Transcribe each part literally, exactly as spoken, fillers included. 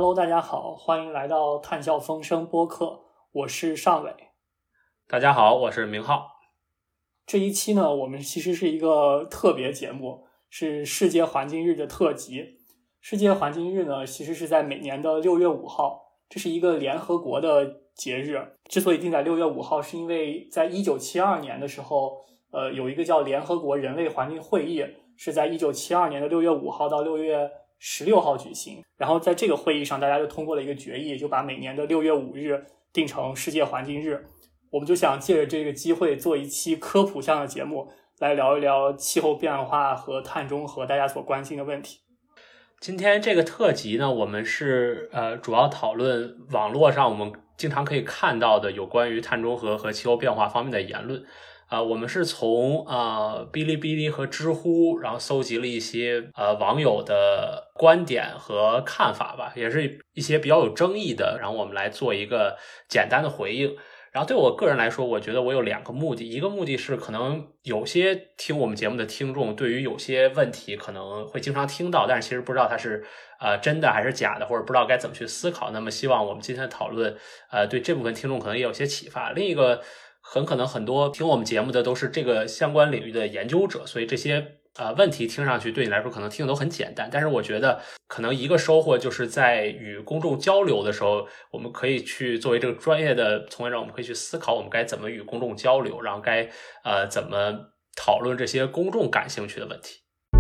Hello， 大家好，欢迎来到探笑风声播客，我是尚伟。 大家好，我是明浩。 这一期呢，我们其实是一个特别节目，是世界环境日的特辑。世界环境日呢，其实是在每年的六月五号，这是一个联合国的节日。之所以定在六月五号，是因为在一九七二年的时候，呃，有一个叫联合国人类环境会议，是在一九七二年的六月五号到六月十六号举行。然后在这个会议上，大家就通过了一个决议，就把每年的六月五日定成世界环境日。我们就想借着这个机会做一期科普向的节目，来聊一聊气候变化和碳中和大家所关心的问题。 今天这个特辑呢，我们是呃主要讨论网络上我们经常可以看到的有关于碳中和和气候变化方面的言论。啊、呃，我们是从呃哔哩哔哩和知乎，然后搜集了一些呃网友的观点和看法吧，也是一些比较有争议的，然后我们来做一个简单的回应。然后对我个人来说，我觉得我有两个目的，一个目的是可能有些听我们节目的听众对于有些问题可能会经常听到，但是其实不知道它是呃真的还是假的，或者不知道该怎么去思考。那么希望我们今天的讨论呃对这部分听众可能也有些启发。另一个很可能很多听我们节目的都是这个相关领域的研究者，所以这些呃，问题听上去对你来说可能听的都很简单，但是我觉得可能一个收获就是在与公众交流的时候，我们可以去作为这个专业的从业者，我们可以去思考我们该怎么与公众交流，然后该呃怎么讨论这些公众感兴趣的问题。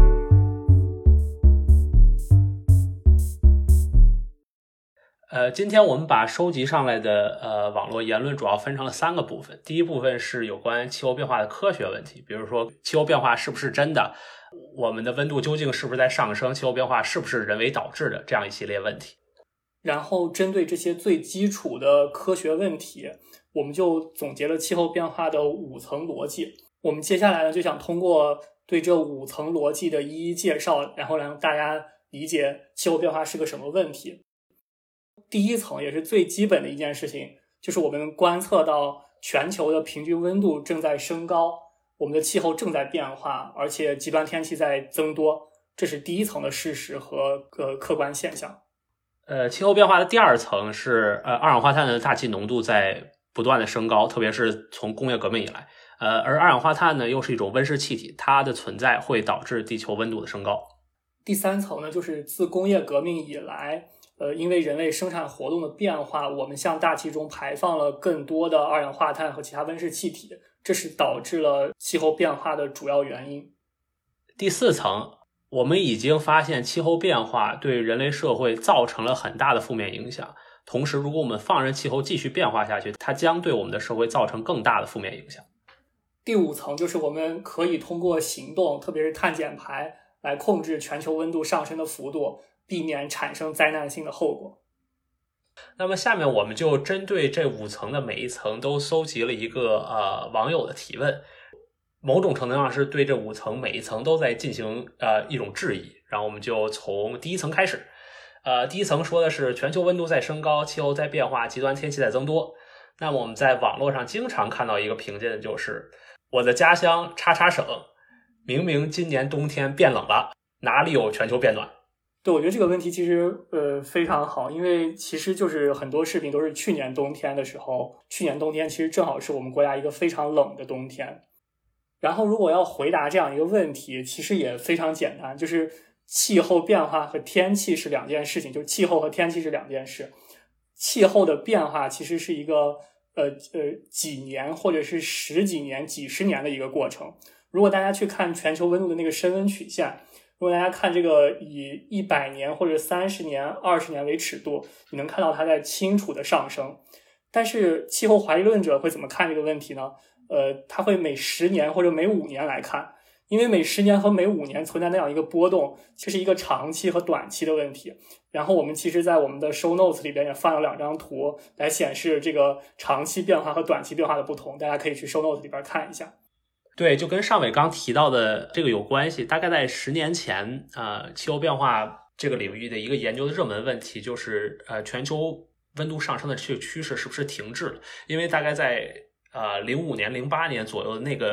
呃，今天我们把收集上来的呃网络言论主要分成了三个部分。第一部分是有关气候变化的科学问题，比如说气候变化是不是真的，我们的温度究竟是不是在上升，气候变化是不是人为导致的，这样一系列问题。 然后针对这些最基础的科学问题，我们就总结了气候变化的五层逻辑。我们接下来呢，就想通过对这五层逻辑的一一介绍，然后让大家理解气候变化是个什么问题。第一层也是最基本的一件事情，就是我们观测到全球的平均温度正在升高，我们的气候正在变化，而且极端天气在增多，这是第一层的事实和呃客观现象。 呃，气候变化的第二层是呃二氧化碳的大气浓度在不断的升高，特别是从工业革命以来，呃，而二氧化碳呢又是一种温室气体，它的存在会导致地球温度的升高。 第三层呢，就是自工业革命以来。呃，因为人类生产活动的变化，我们向大气中排放了更多的二氧化碳和其他温室气体，这是导致了气候变化的主要原因。 第四层，我们已经发现气候变化对人类社会造成了很大的负面影响，同时如果我们放任气候继续变化下去，它将对我们的社会造成更大的负面影响。 第五层就是我们可以通过行动，特别是碳减排，来控制全球温度上升的幅度，避免产生灾难性的后果。 那么下面我们就针对这五层的每一层都搜集了一个呃网友的提问，某种程度上是对这五层每一层都在进行呃一种质疑。然后我们就从第一层开始。呃，第一层说的是全球温度在升高，气候在变化，极端天气在增多。那么我们在网络上经常看到一个评论，就是我的家乡叉叉省明明今年冬天变冷了，哪里有全球变暖？ 对，我觉得这个问题其实呃非常好，因为其实就是很多视频都是去年冬天的时候，去年冬天其实正好是我们国家一个非常冷的冬天。然后如果要回答这样一个问题，其实也非常简单，就是气候变化和天气是两件事情，就是气候和天气是两件事。气候的变化其实是一个呃呃几年或者是十几年、几十年的一个过程。如果大家去看全球温度的那个升温曲线，如果大家看这个以一百年或者三十年、二十年为尺度，你能看到它在清楚的上升。但是气候怀疑论者会怎么看这个问题呢？呃，他会每十年或者每五年来看，因为每十年和每五年存在那样一个波动，这是一个长期和短期的问题。然后我们其实在我们的 show notes 里边也放了两张图来显示这个长期变化和短期变化的不同，大家可以去 show notes 里边看一下。 对，就跟尚伟刚提到的这个有关系。大概在十年前，呃，气候变化这个领域的一个研究的热门问题就是，呃，全球温度上升的这个趋势是不是停滞了？因为大概在呃零五年、零八年左右的那个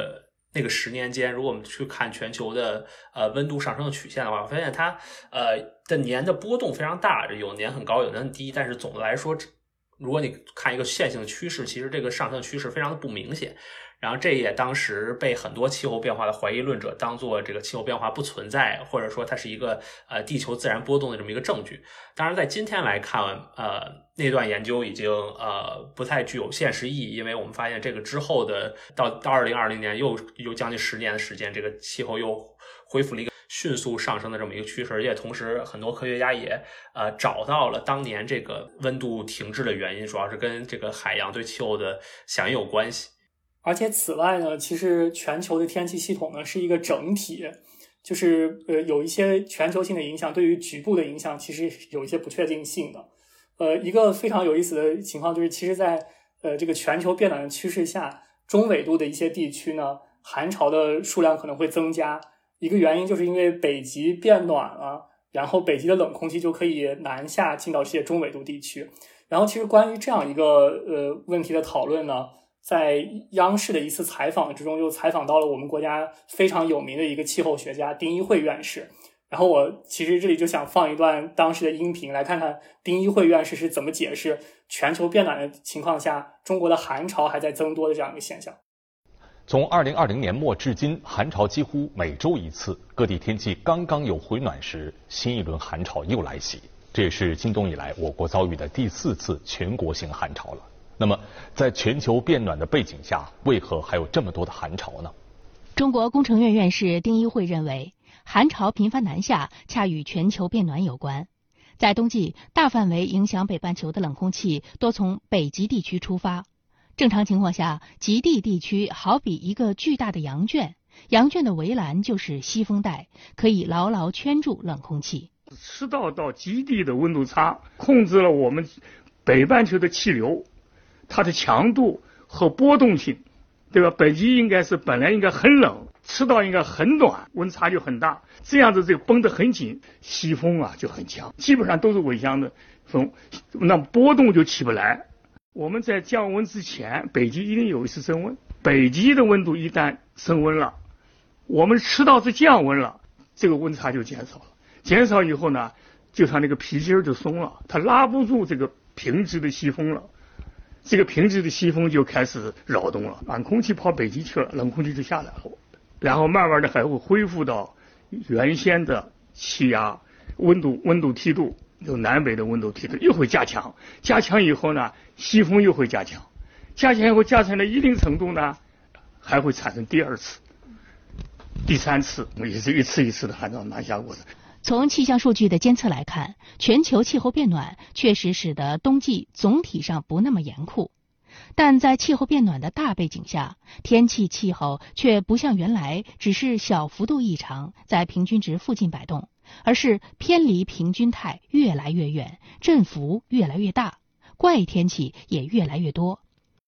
那个十年间，如果我们去看全球的呃温度上升的曲线的话，发现它呃的年的波动非常大，有年很高，有年很低，但是总的来说，如果你看一个线性的趋势，其实这个上升趋势非常的不明显。然后这也当时被很多气候变化的怀疑论者当做这个气候变化不存在，或者说它是一个呃地球自然波动的这么一个证据。当然在今天来看，呃那段研究已经呃不太具有现实意义，因为我们发现这个之后的到到二零二零年又又将近十年的时间，这个气候又恢复了一个迅速上升的这么一个趋势，而且同时很多科学家也呃找到了当年这个温度停滞的原因，主要是跟这个海洋对气候的响应有关系。 而且此外呢，其实全球的天气系统呢是一个整体，就是呃有一些全球性的影响对于局部的影响其实有一些不确定性的。呃，一个非常有意思的情况就是，其实在呃这个全球变暖的趋势下，中纬度的一些地区呢，寒潮的数量可能会增加。一个原因就是因为北极变暖了，然后北极的冷空气就可以南下进到这些中纬度地区。然后其实关于这样一个呃问题的讨论呢，在央视的一次采访之中，就采访到了我们国家非常有名的一个气候学家丁一惠院士。然后我其实这里就想放一段当时的音频，来看看丁一惠院士是怎么解释全球变暖的情况下，中国的寒潮还在增多的这样一个现象。 从二零二零年末至今，寒潮几乎每周一次，各地天气刚刚有回暖时，新一轮寒潮又来袭。这也是今冬以来我国遭遇的第四次全国性寒潮了。那么，在全球变暖的背景下，为何还有这么多的寒潮呢？ 中国工程院院士丁一惠认为，寒潮频繁南下恰与全球变暖有关。在冬季，大范围影响北半球的冷空气多从北极地区出发。正常情况下，极地地区好比一个巨大的羊圈，羊圈的围栏就是西风带，可以牢牢圈住冷空气。 赤道到极地的温度差控制了我们北半球的气流，它的强度和波动性，对吧？北极应该是本来应该很冷，赤道应该很暖，温差就很大，这样子这个绷得很紧，西风啊就很强，基本上都是尾向的风，那波动就起不来。我们在降温之前，北极一定有一次升温，北极的温度一旦升温了，我们赤道是降温了，这个温差就减少了，减少以后呢，就像那个皮筋就松了，它拉不住这个平直的西风了，这个平直的西风就开始扰动了，暖空气跑北极去了，冷空气就下来了，然后慢慢的还会恢复到原先的气压、温度、温度梯度，就南北的温度梯度又会加强，加强以后呢，西风又会加强，加强以后加强到一定程度呢，还会产生第二次、第三次，也是一次一次的寒潮南下过程。 从气象数据的监测来看，全球气候变暖确实使得冬季总体上不那么严酷，但在气候变暖的大背景下，天气气候却不像原来只是小幅度异常在平均值附近摆动，而是偏离平均态越来越远，振幅越来越大，怪天气也越来越多。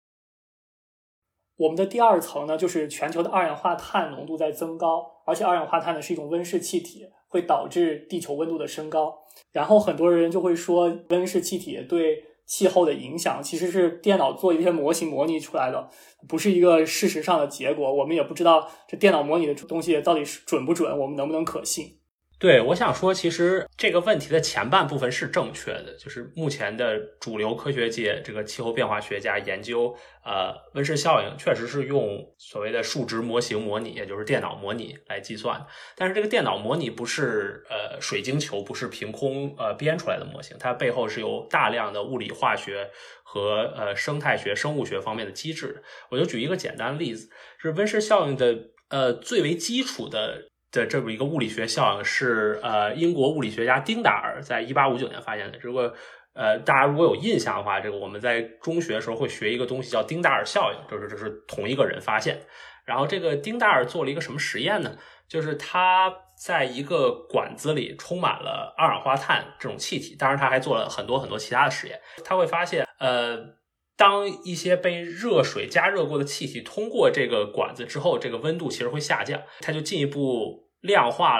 我们的第二层呢，就是全球的二氧化碳浓度在增高，而且二氧化碳呢是一种温室气体，会导致地球温度的升高。然后很多人就会说，温室气体对气候的影响其实是电脑做一些模型模拟出来的，不是一个事实上的结果。我们也不知道这电脑模拟的东西到底是准不准，我们能不能可信。 对，我想说，其实这个问题的前半部分是正确的，就是目前的主流科学界这个气候变化学家研究呃温室效应，确实是用所谓的数值模型模拟，也就是电脑模拟来计算。但是这个电脑模拟不是呃水晶球，不是凭空呃编出来的模型，它背后是有大量的物理化学和呃生态学、生物学方面的机制的。我就举一个简单的例子，是温室效应的呃最为基础的。的这么一个物理学效应是呃英国物理学家丁达尔在一八五九年发现的。如果呃大家如果有印象的话，这个我们在中学的时候会学一个东西叫丁达尔效应，就是这是同一个人发现。然后这个丁达尔做了一个什么实验呢？就是他在一个管子里充满了二氧化碳这种气体，当然他还做了很多很多其他的实验。他会发现呃当一些被热水加热过的气体通过这个管子之后，这个温度其实会下降，它就进一步量化了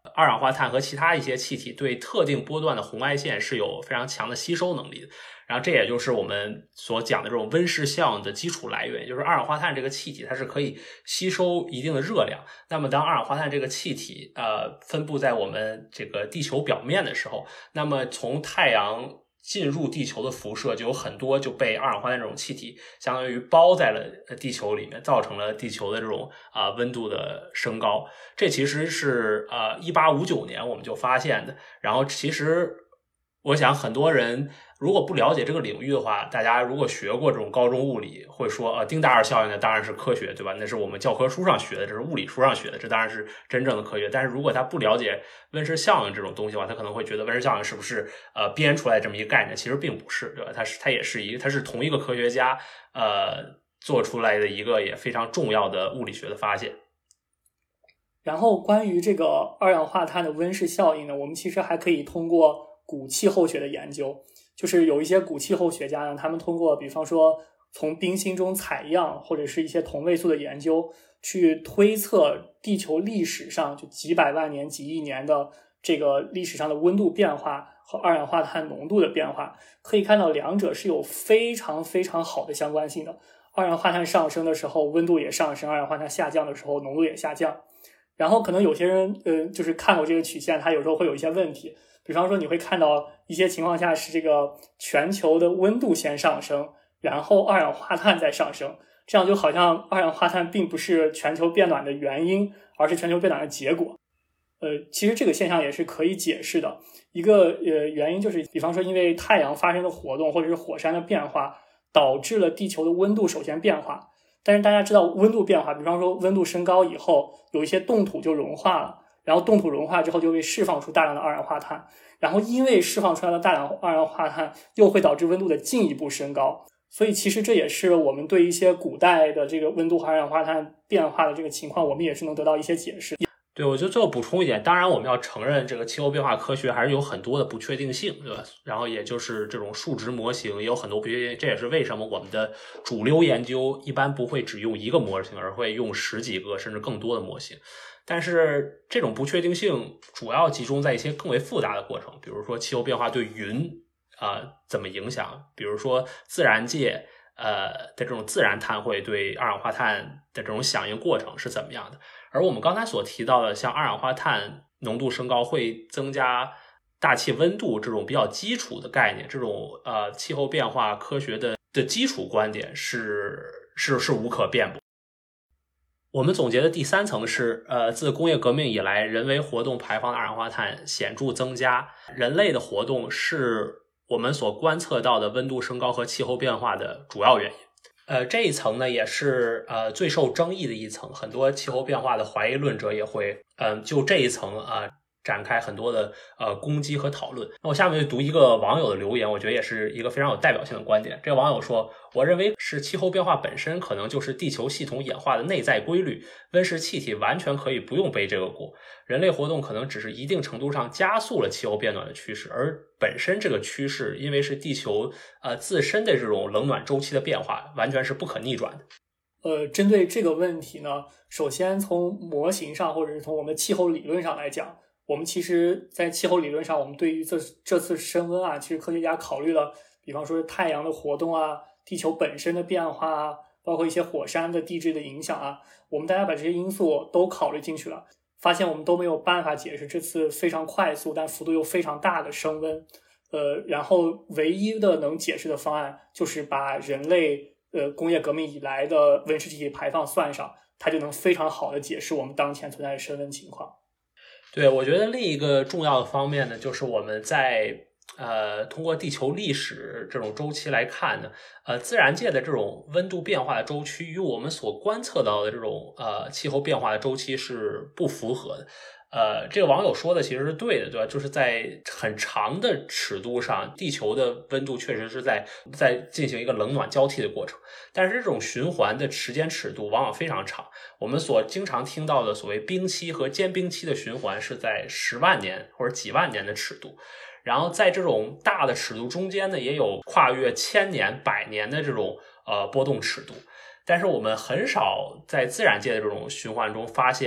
二氧化碳和其他一些气体对特定波段的红外线是有非常强的吸收能力的。然后这也就是我们所讲的这种温室效应的基础来源，也就是二氧化碳这个气体它是可以吸收一定的热量。那么当二氧化碳这个气体呃分布在我们这个地球表面的时候，那么从太阳进入地球的辐射就有很多就被二氧化碳这种气体相当于包在了地球里面，造成了地球的这种啊、呃、温度的升高。这其实是呃一八五九年我们就发现的。然后其实我想很多人如果不了解这个领域的话，大家如果学过这种高中物理，会说呃丁达尔效应呢当然是科学，对吧？那是我们教科书上学的，这是物理书上学的，这当然是真正的科学。但是如果他不了解温室效应这种东西的话，他可能会觉得温室效应是不是呃编出来这么一个概念？其实并不是，对吧？它是它也是一个，它是同一个科学家呃做出来的一个也非常重要的物理学的发现。 然后关于这个二氧化碳的温室效应呢，我们其实还可以通过古气候学的研究，就是有一些古气候学家呢，他们通过比方说从冰芯中采样或者是一些同位素的研究，去推测地球历史上就几百万年几亿年的这个历史上的温度变化和二氧化碳浓度的变化，可以看到两者是有非常非常好的相关性的。二氧化碳上升的时候温度也上升，二氧化碳下降的时候浓度也下降。然后可能有些人呃，就是看过这个曲线，它有时候会有一些问题，比方说你会看到一些情况下是这个全球的温度先上升，然后二氧化碳再上升，这样就好像二氧化碳并不是全球变暖的原因，而是全球变暖的结果。呃，其实这个现象也是可以解释的。一个呃原因就是，比方说因为太阳发生的活动或者是火山的变化，导致了地球的温度首先变化。但是大家知道温度变化，比方说温度升高以后，有一些冻土就融化了，然后冻土融化之后就会释放出大量的二氧化碳，然后因为释放出来的大量二氧化碳又会导致温度的进一步升高。所以其实这也是我们对一些古代的这个温度和二氧化碳变化的这个情况，我们也是能得到一些解释。 对，我就最后补充一点，当然我们要承认这个气候变化科学还是有很多的不确定性，对吧？然后也就是这种数值模型也有很多不确定性，这也是为什么我们的主流研究一般不会只用一个模型，而会用十几个甚至更多的模型。但是这种不确定性主要集中在一些更为复杂的过程，比如说气候变化对云啊、呃、怎么影响，比如说自然界呃的这种自然碳汇对二氧化碳的这种响应过程是怎么样的。而我们刚才所提到的像二氧化碳浓度升高会增加大气温度这种比较基础的概念，这种呃气候变化科学的的基础观点是是是无可辩驳。我们总结的第三层是呃自工业革命以来人为活动排放的二氧化碳显著增加，人类的活动是我们所观测到的温度升高和气候变化的主要原因。呃，这一层呢也是呃最受争议的一层，很多气候变化的怀疑论者也会嗯、呃、就这一层啊、呃、展开很多的呃攻击和讨论。那我下面就读一个网友的留言，我觉得也是一个非常有代表性的观点。这个网友说，我认为是气候变化本身可能就是地球系统演化的内在规律，温室气体完全可以不用背这个锅，人类活动可能只是一定程度上加速了气候变暖的趋势，而本身这个趋势因为是地球呃自身的这种冷暖周期的变化，完全是不可逆转的。 呃，针对这个问题呢，首先从模型上或者是从我们的气候理论上来讲，我们其实在气候理论上，我们对于这这次升温啊，其实科学家考虑了，比方说太阳的活动啊，地球本身的变化啊，包括一些火山的地质的影响啊，我们大家把这些因素都考虑进去了，发现我们都没有办法解释这次非常快速但幅度又非常大的升温。呃，然后唯一的能解释的方案就是把人类呃工业革命以来的温室气体排放算上，它就能非常好的解释我们当前存在的升温情况。 对，我觉得另一个重要的方面呢，就是我们在呃通过地球历史这种周期来看呢，呃自然界的这种温度变化的周期与我们所观测到的这种呃气候变化的周期是不符合的。呃，这个网友说的其实是对的，对吧？就是在很长的尺度上，地球的温度确实是在在进行一个冷暖交替的过程，但是这种循环的时间尺度往往非常长。我们所经常听到的所谓冰期和间冰期的循环是在十万年或者几万年的尺度，然后在这种大的尺度中间呢，也有跨越千年、百年的这种呃波动尺度。但是我们很少在自然界的这种循环中发现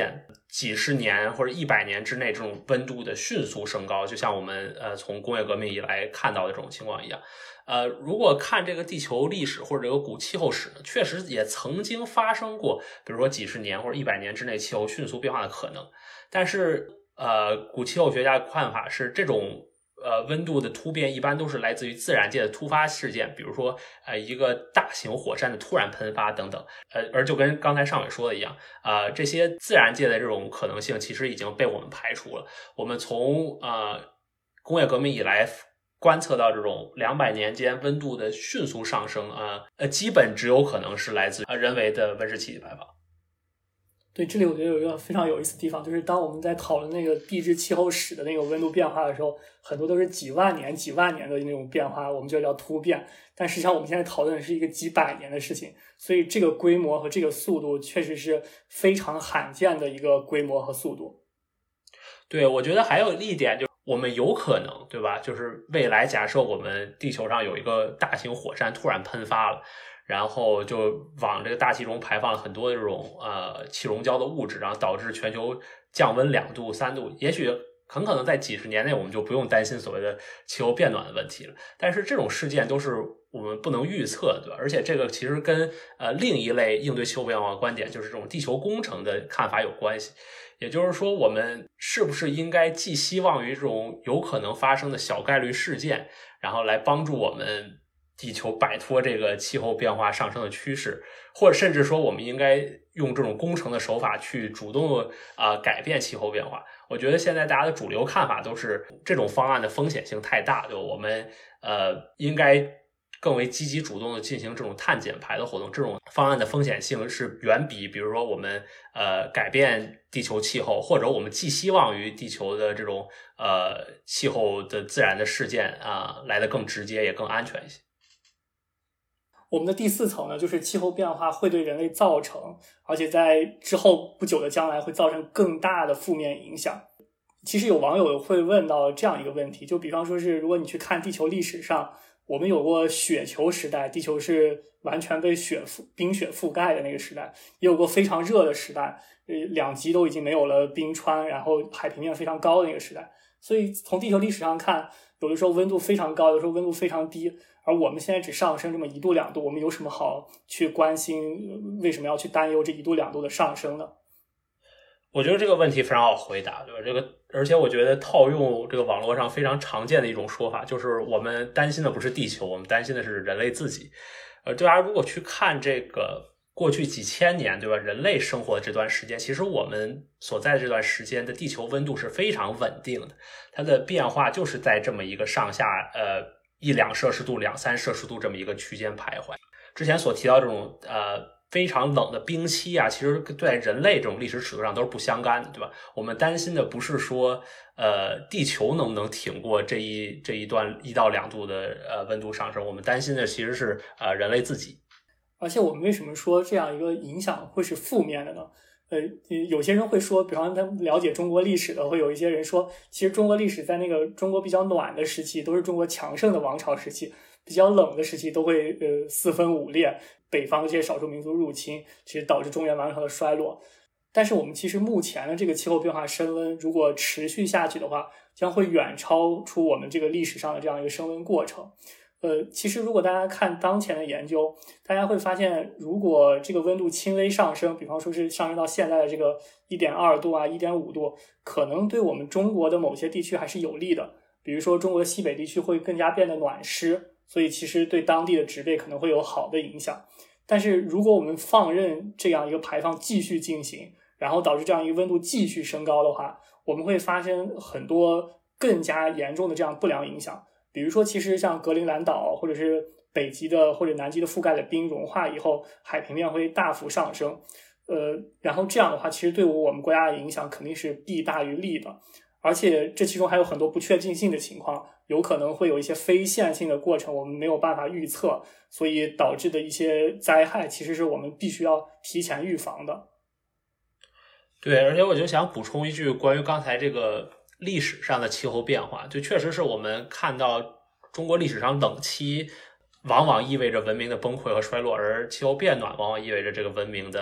几十年或者一百年之内这种温度的迅速升高，就像我们呃从工业革命以来看到的这种情况一样。呃，如果看这个地球历史或者这个古气候史呢，确实也曾经发生过，比如说几十年或者一百年之内气候迅速变化的可能。但是呃，古气候学家的看法是，这种呃温度的突变一般都是来自于自然界的突发事件，比如说呃一个大型火山的突然喷发等等。呃，而就跟刚才尚伟说的一样，呃，这些自然界的这种可能性其实已经被我们排除了。我们从呃工业革命以来观测到这种两百年间温度的迅速上升啊，呃，基本只有可能是来自呃人为的温室气体排放。 对，这里我觉得有一个非常有意思的地方，就是当我们在讨论那个地质气候史的那个温度变化的时候，很多都是几万年、几万年的那种变化，我们就叫突变。但实际上我们现在讨论的是一个几百年的事情，所以这个规模和这个速度确实是非常罕见的一个规模和速度。 对，我觉得还有一点就是，我们有可能，对吧？就是未来假设我们地球上有一个大型火山突然喷发了，然后就往这个大气中排放了很多这种呃气溶胶的物质，然后导致全球降温两度三度，也许很可能在几十年内我们就不用担心所谓的气候变暖的问题了。但是这种事件都是我们不能预测的，对吧？而且这个其实跟呃另一类应对气候变化的观点，就是这种地球工程的看法有关系。也就是说，我们是不是应该寄希望于这种有可能发生的小概率事件，然后来帮助我们地球摆脱这个气候变化上升的趋势，或者甚至说我们应该用这种工程的手法去主动啊、呃、改变气候变化。我觉得现在大家的主流看法都是这种方案的风险性太大，对吧？我们呃应该更为积极主动的进行这种碳减排的活动，这种方案的风险性是远比比如说我们呃改变地球气候，或者我们寄希望于地球的这种呃气候的自然的事件啊、呃、来得更直接也更安全一些。 我们的第四层呢，就是气候变化会对人类造成，而且在之后不久的将来会造成更大的负面影响。其实有网友会问到这样一个问题，就比方说是如果你去看地球历史上，我们有过雪球时代，地球是完全被雪覆冰雪覆盖的那个时代，也有过非常热的时代，呃，两极都已经没有了冰川，然后海平面非常高的那个时代。所以从地球历史上看，有的时候温度非常高，有的时候温度非常低，而我们现在只上升这么一度两度，我们有什么好去关心？为什么要去担忧这一度两度的上升呢？ 我觉得这个问题非常好回答，对吧？这个，而且我觉得套用这个网络上非常常见的一种说法，就是我们担心的不是地球，我们担心的是人类自己。呃，大家如果去看这个过去几千年，对吧？人类生活的这段时间，其实我们所在的这段时间的地球温度是非常稳定的，它的变化就是在这么一个上下呃一两摄氏度、两三摄氏度这么一个区间徘徊。之前所提到这种呃。非常冷的冰期啊，其实对人类这种历史尺度上都是不相干的，对吧？我们担心的不是说，呃，地球能不能挺过这一这一段一到两度的呃温度上升，我们担心的其实是呃人类自己。 而且我们为什么说这样一个影响会是负面的呢？呃，有些人会说，比方他们了解中国历史的，会有一些人说，其实中国历史在那个中国比较暖的时期，都是中国强盛的王朝时期；比较冷的时期，都会呃四分五裂。北方这些少数民族入侵，其实导致中原王朝的衰落。但是我们其实目前的这个气候变化升温，如果持续下去的话，将会远超出我们这个历史上的这样一个升温过程。呃，其实如果大家看当前的研究，大家会发现，如果这个温度轻微上升，比方说是上升到现在的这个 一点二度啊 一点五度，可能对我们中国的某些地区还是有利的。比如说中国西北地区会更加变得暖湿，所以其实对当地的植被可能会有好的影响。但是如果我们放任这样一个排放继续进行，然后导致这样一个温度继续升高的话，我们会发生很多更加严重的这样不良影响。比如说其实像格陵兰岛或者是北极的或者南极的覆盖的冰融化以后，海平面会大幅上升，呃，然后这样的话其实对我们国家的影响肯定是弊大于利的。而且这其中还有很多不确定性的情况，有可能会有一些非线性的过程我们没有办法预测，所以导致的一些灾害其实是我们必须要提前预防的。 对，而且我就想补充一句关于刚才这个历史上的气候变化，就确实是我们看到中国历史上冷期往往意味着文明的崩溃和衰落，而气候变暖往往意味着这个文明的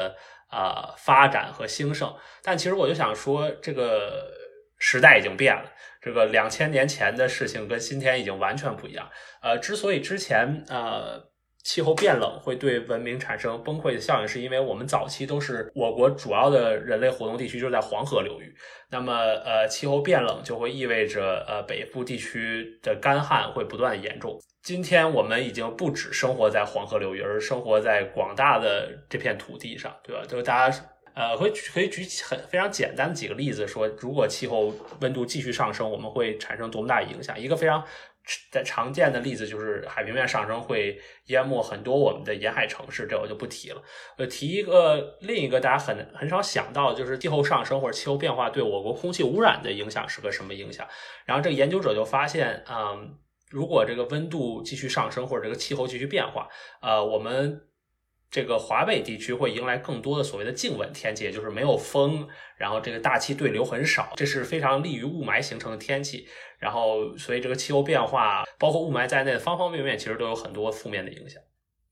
呃发展和兴盛。但其实我就想说，这个时代已经变了，这个两千年前的事情跟今天已经完全不一样。呃，之所以之前呃气候变冷会对文明产生崩溃的效应，是因为我们早期都是我国主要的人类活动地区就是在黄河流域，那么呃气候变冷就会意味着呃北部地区的干旱会不断的严重。今天我们已经不只生活在黄河流域，而是生活在广大的这片土地上，对吧？就大家呃可以可以举很非常简单的几个例子，说如果气候温度继续上升，我们会产生多么大的影响。一个非常常见的例子就是海平面上升会淹没很多我们的沿海城市，这我就不提了。呃，提一个另一个大家很很少想到，就是气候上升或者气候变化对我国空气污染的影响是个什么影响。然后这个研究者就发现，嗯，如果这个温度继续上升或者这个气候继续变化，呃，我们这个华北地区会迎来更多的所谓的静稳天气，也就是没有风，然后这个大气对流很少，这是非常利于雾霾形成的天气。然后所以这个气候变化包括雾霾在内的方方面面其实都有很多负面的影响。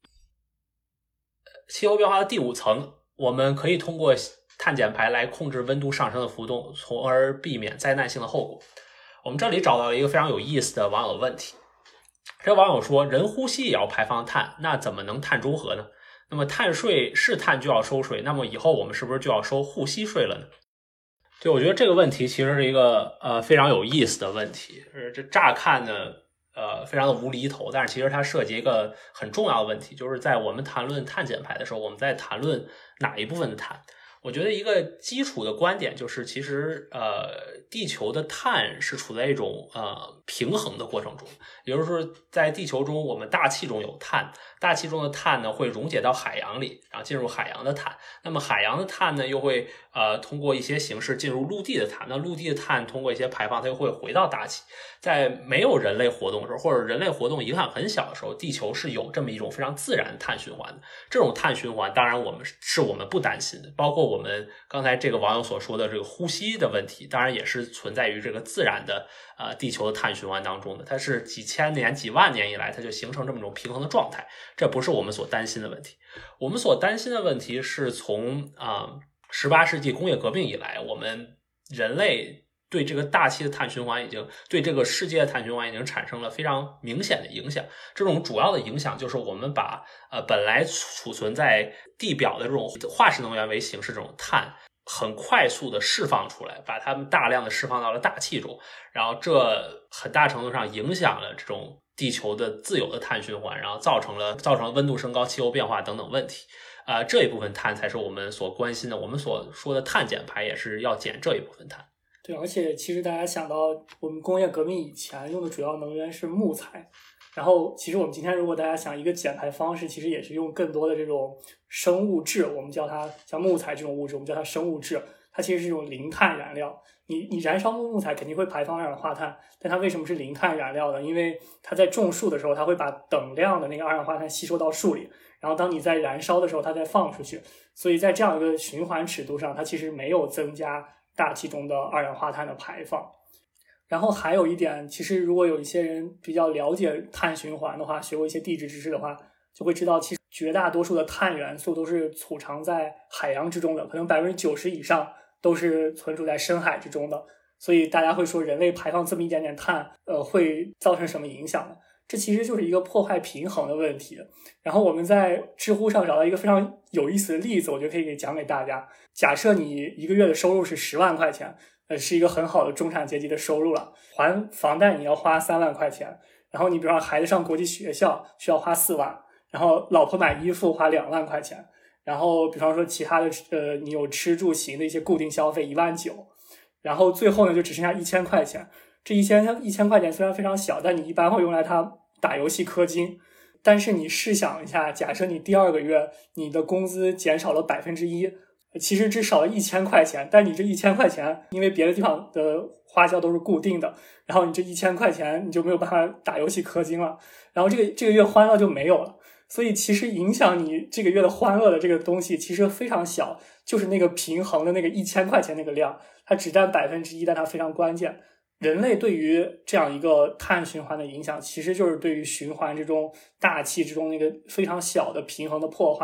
气候变化的第五层，我们可以通过碳减排来控制温度上升的浮动，从而避免灾难性的后果。我们这里找到了一个非常有意思的网友问题，这个网友说，人呼吸也要排放碳，那怎么能碳中和呢？那么碳税是碳就要收税，那么以后我们是不是就要收呼吸税了呢？对，我觉得这个问题其实是一个呃非常有意思的问题，是这乍看呢呃非常的无厘头，但是其实它涉及一个很重要的问题，就是在我们谈论碳减排的时候，我们在谈论哪一部分的碳？我觉得一个基础的观点就是，其实呃，地球的碳是处在一种呃平衡的过程中，也就是说，在地球中，我们大气中有碳，大气中的碳呢会溶解到海洋里，然后进入海洋的碳。那么海洋的碳呢，又会呃通过一些形式进入陆地的碳。那陆地的碳通过一些排放，它又会回到大气。在没有人类活动的时候，或者人类活动影响很小的时候，地球是有这么一种非常自然的碳循环的。这种碳循环，当然我们是我们不担心的，包括我们刚才这个网友所说的这个呼吸的问题，当然也是存在于这个自然的呃地球的碳循环当中的。它是几千年、几万年以来，它就形成这么一种平衡的状态，这不是我们所担心的问题。我们所担心的问题是从啊十八世纪工业革命以来，我们人类对这个大气的碳循环已经对这个世界的碳循环已经产生了非常明显的影响。这种主要的影响就是我们把呃本来储存在地表的这种化石能源为形式这种碳很快速的释放出来，把它们大量的释放到了大气中，然后这很大程度上影响了这种地球的自由的碳循环，然后造成了造成了温度升高、气候变化等等问题。呃，这一部分碳才是我们所关心的，我们所说的碳减排也是要减这一部分碳。 对，而且其实大家想到我们工业革命以前用的主要能源是木材，然后其实我们今天如果大家想一个减排方式，其实也是用更多的这种生物质，我们叫它像木材这种物质，我们叫它生物质，它其实是一种零碳燃料。你你燃烧木材肯定会排放二氧化碳，但它为什么是零碳燃料呢？因为它在种树的时候，它会把等量的那个二氧化碳吸收到树里，然后当你在燃烧的时候，它再放出去，所以在这样一个循环尺度上，它其实没有增加大气中的二氧化碳的排放。然后还有一点，其实如果有一些人比较了解碳循环的话，学过一些地质知识的话，就会知道其实绝大多数的碳元素都是储藏在海洋之中的，可能 百分之九十 以上都是存储在深海之中的。所以大家会说人类排放这么一点点碳呃，会造成什么影响呢？这其实就是一个破坏平衡的问题。然后我们在知乎上找到一个非常有意思的例子，我觉得可以给讲给大家。假设你一个月的收入是十万块钱，呃，是一个很好的中产阶级的收入了，还房贷你要花三万块钱，然后你比如说孩子上国际学校需要花四万，然后老婆买衣服花两万块钱，然后比方说其他的呃，你有吃住行的一些固定消费一万九，然后最后呢就只剩下一千块钱。这一千一千块钱虽然非常小，但你一般会用来它打游戏氪金。但是你试想一下，假设你第二个月你的工资减少了百分之一，其实只少了一千块钱，但你这一千块钱因为别的地方的花销都是固定的，然后你这一千块钱你就没有办法打游戏氪金了，然后这个这个月欢乐就没有了。所以其实影响你这个月的欢乐的这个东西其实非常小，就是那个平衡的那个一千块钱那个量，它只占百分之一，但它非常关键。人类对于这样一个碳循环的影响，其实就是对于循环之中大气之中那个非常小的平衡的破坏，然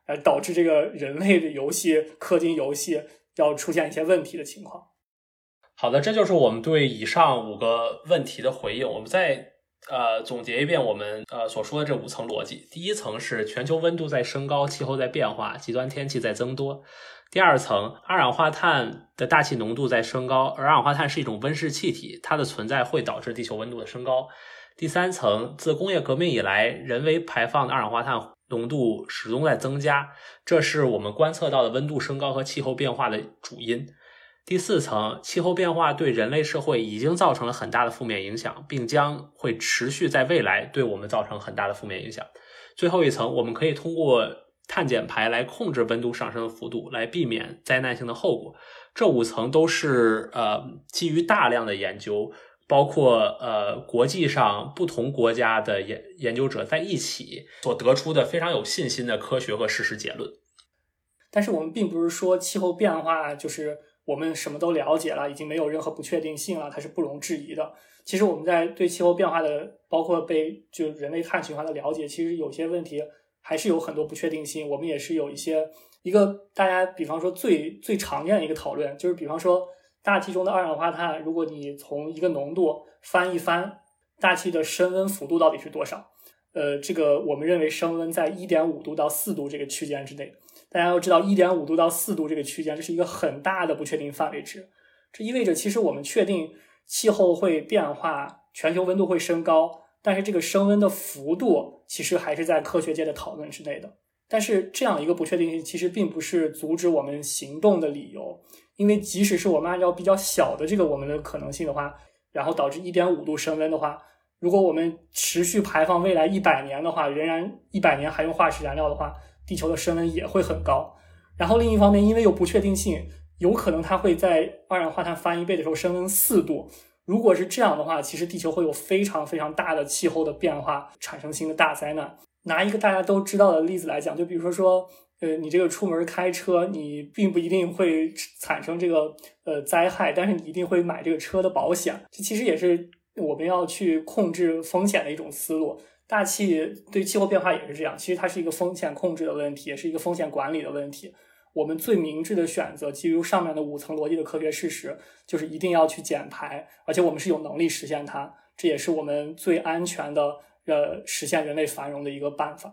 呃，导致这个人类的游戏氪金游戏要出现一些问题的情况。 好的，这就是我们对以上五个问题的回应。我们再呃总结一遍我们呃所说的这五层逻辑。第一层是全球温度在升高，气候在变化，极端天气在增多。第二层，二氧化碳的大气浓度在升高，而二氧化碳是一种温室气体，它的存在会导致地球温度的升高。第三层，自工业革命以来，人为排放的二氧化碳浓度始终在增加，这是我们观测到的温度升高和气候变化的主因。第四层，气候变化对人类社会已经造成了很大的负面影响，并将会持续在未来对我们造成很大的负面影响。最后一层，我们可以通过碳减排来控制温度上升的幅度，来避免灾难性的后果。这五层都是呃基于大量的研究，包括呃国际上不同国家的研研究者在一起所得出的非常有信心的科学和事实结论。 但是我们并不是说气候变化就是我们什么都了解了，已经没有任何不确定性了，它是不容置疑的。其实我们在对气候变化的包括被就人类碳循环的了解，其实有些问题还是有很多不确定性。我们也是有一些一个大家比方说最最常见的一个讨论，就是比方说大气中的二氧化碳，如果你从一个浓度翻一翻，大气的升温幅度到底是多少？呃，这个我们认为升温在 一点五 度到四度这个区间之内。大家要知道 一点五 度到四度这个区间，这是一个很大的不确定范围值。这意味着其实我们确定气候会变化，全球温度会升高，但是这个升温的幅度其实还是在科学界的讨论之内的。但是这样一个不确定性其实并不是阻止我们行动的理由，因为即使是我们按照比较小的这个我们的可能性的话，然后导致 一点五 度升温的话，如果我们持续排放未来一百年的话，仍然一百年还用化石燃料的话，地球的升温也会很高。然后另一方面，因为有不确定性，有可能它会在二氧化碳翻一倍的时候升温四度。如果是这样的话，其实地球会有非常非常大的气候的变化，产生新的大灾难。拿一个大家都知道的例子来讲，就比如说呃，你这个出门开车，你并不一定会产生这个呃灾害，但是你一定会买这个车的保险。这其实也是我们要去控制风险的一种思路。大气对气候变化也是这样，其实它是一个风险控制的问题，也是一个风险管理的问题。我们最明智的选择，基于上面的五层逻辑的科学事实，就是一定要去减排，而且我们是有能力实现它，这也是我们最安全的呃实现人类繁荣的一个办法。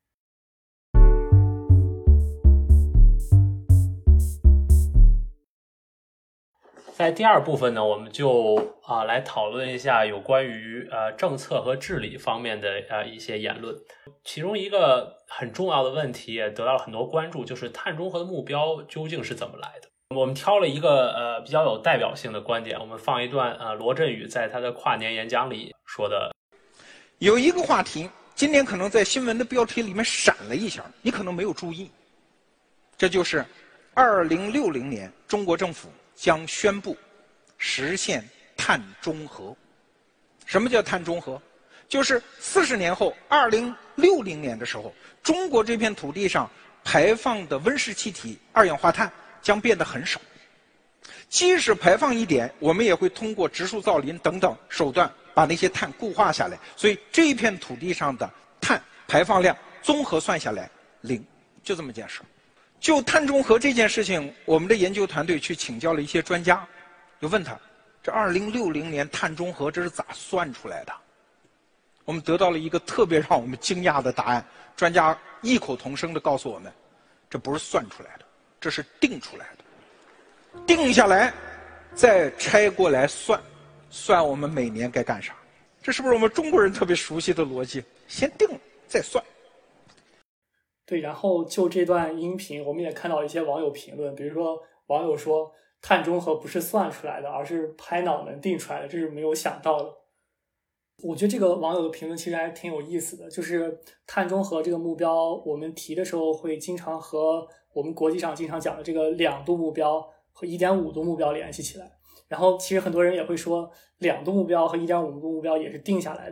在第二部分呢，我们就啊、呃、来讨论一下有关于呃政策和治理方面的呃一些言论。其中一个很重要的问题也得到了很多关注，就是碳中和的目标究竟是怎么来的？我们挑了一个呃比较有代表性的观点，我们放一段呃罗振宇在他的跨年演讲里说的。 有一个话题，今年可能在新闻的标题里面闪了一下，你可能没有注意，这就是二零六零年中国政府将宣布实现碳中和。什么叫碳中和？就是四十年后二零六零年的时候，中国这片土地上排放的温室气体二氧化碳将变得很少。即使排放一点，我们也会通过植树造林等等手段把那些碳固化下来，所以这一片土地上的碳排放量综合算下来零，就这么件事。就碳中和这件事情，我们的研究团队去请教了一些专家，就问他，这二零六零年碳中和这是咋算出来的？我们得到了一个特别让我们惊讶的答案，专家异口同声地告诉我们，这不是算出来的，这是定出来的。定下来，再拆过来算，算我们每年该干啥。这是不是我们中国人特别熟悉的逻辑？先定再算。 对，然后就这段音频，我们也看到一些网友评论，比如说网友说碳中和不是算出来的，而是拍脑门定出来的，这是没有想到的。我觉得这个网友的评论其实还挺有意思的，就是碳中和这个目标，我们提的时候会经常和我们国际上经常讲的这个两度目标和 一点五 度目标联系起来。然后其实很多人也会说两度目标和 一点五 度目标也是定下来的。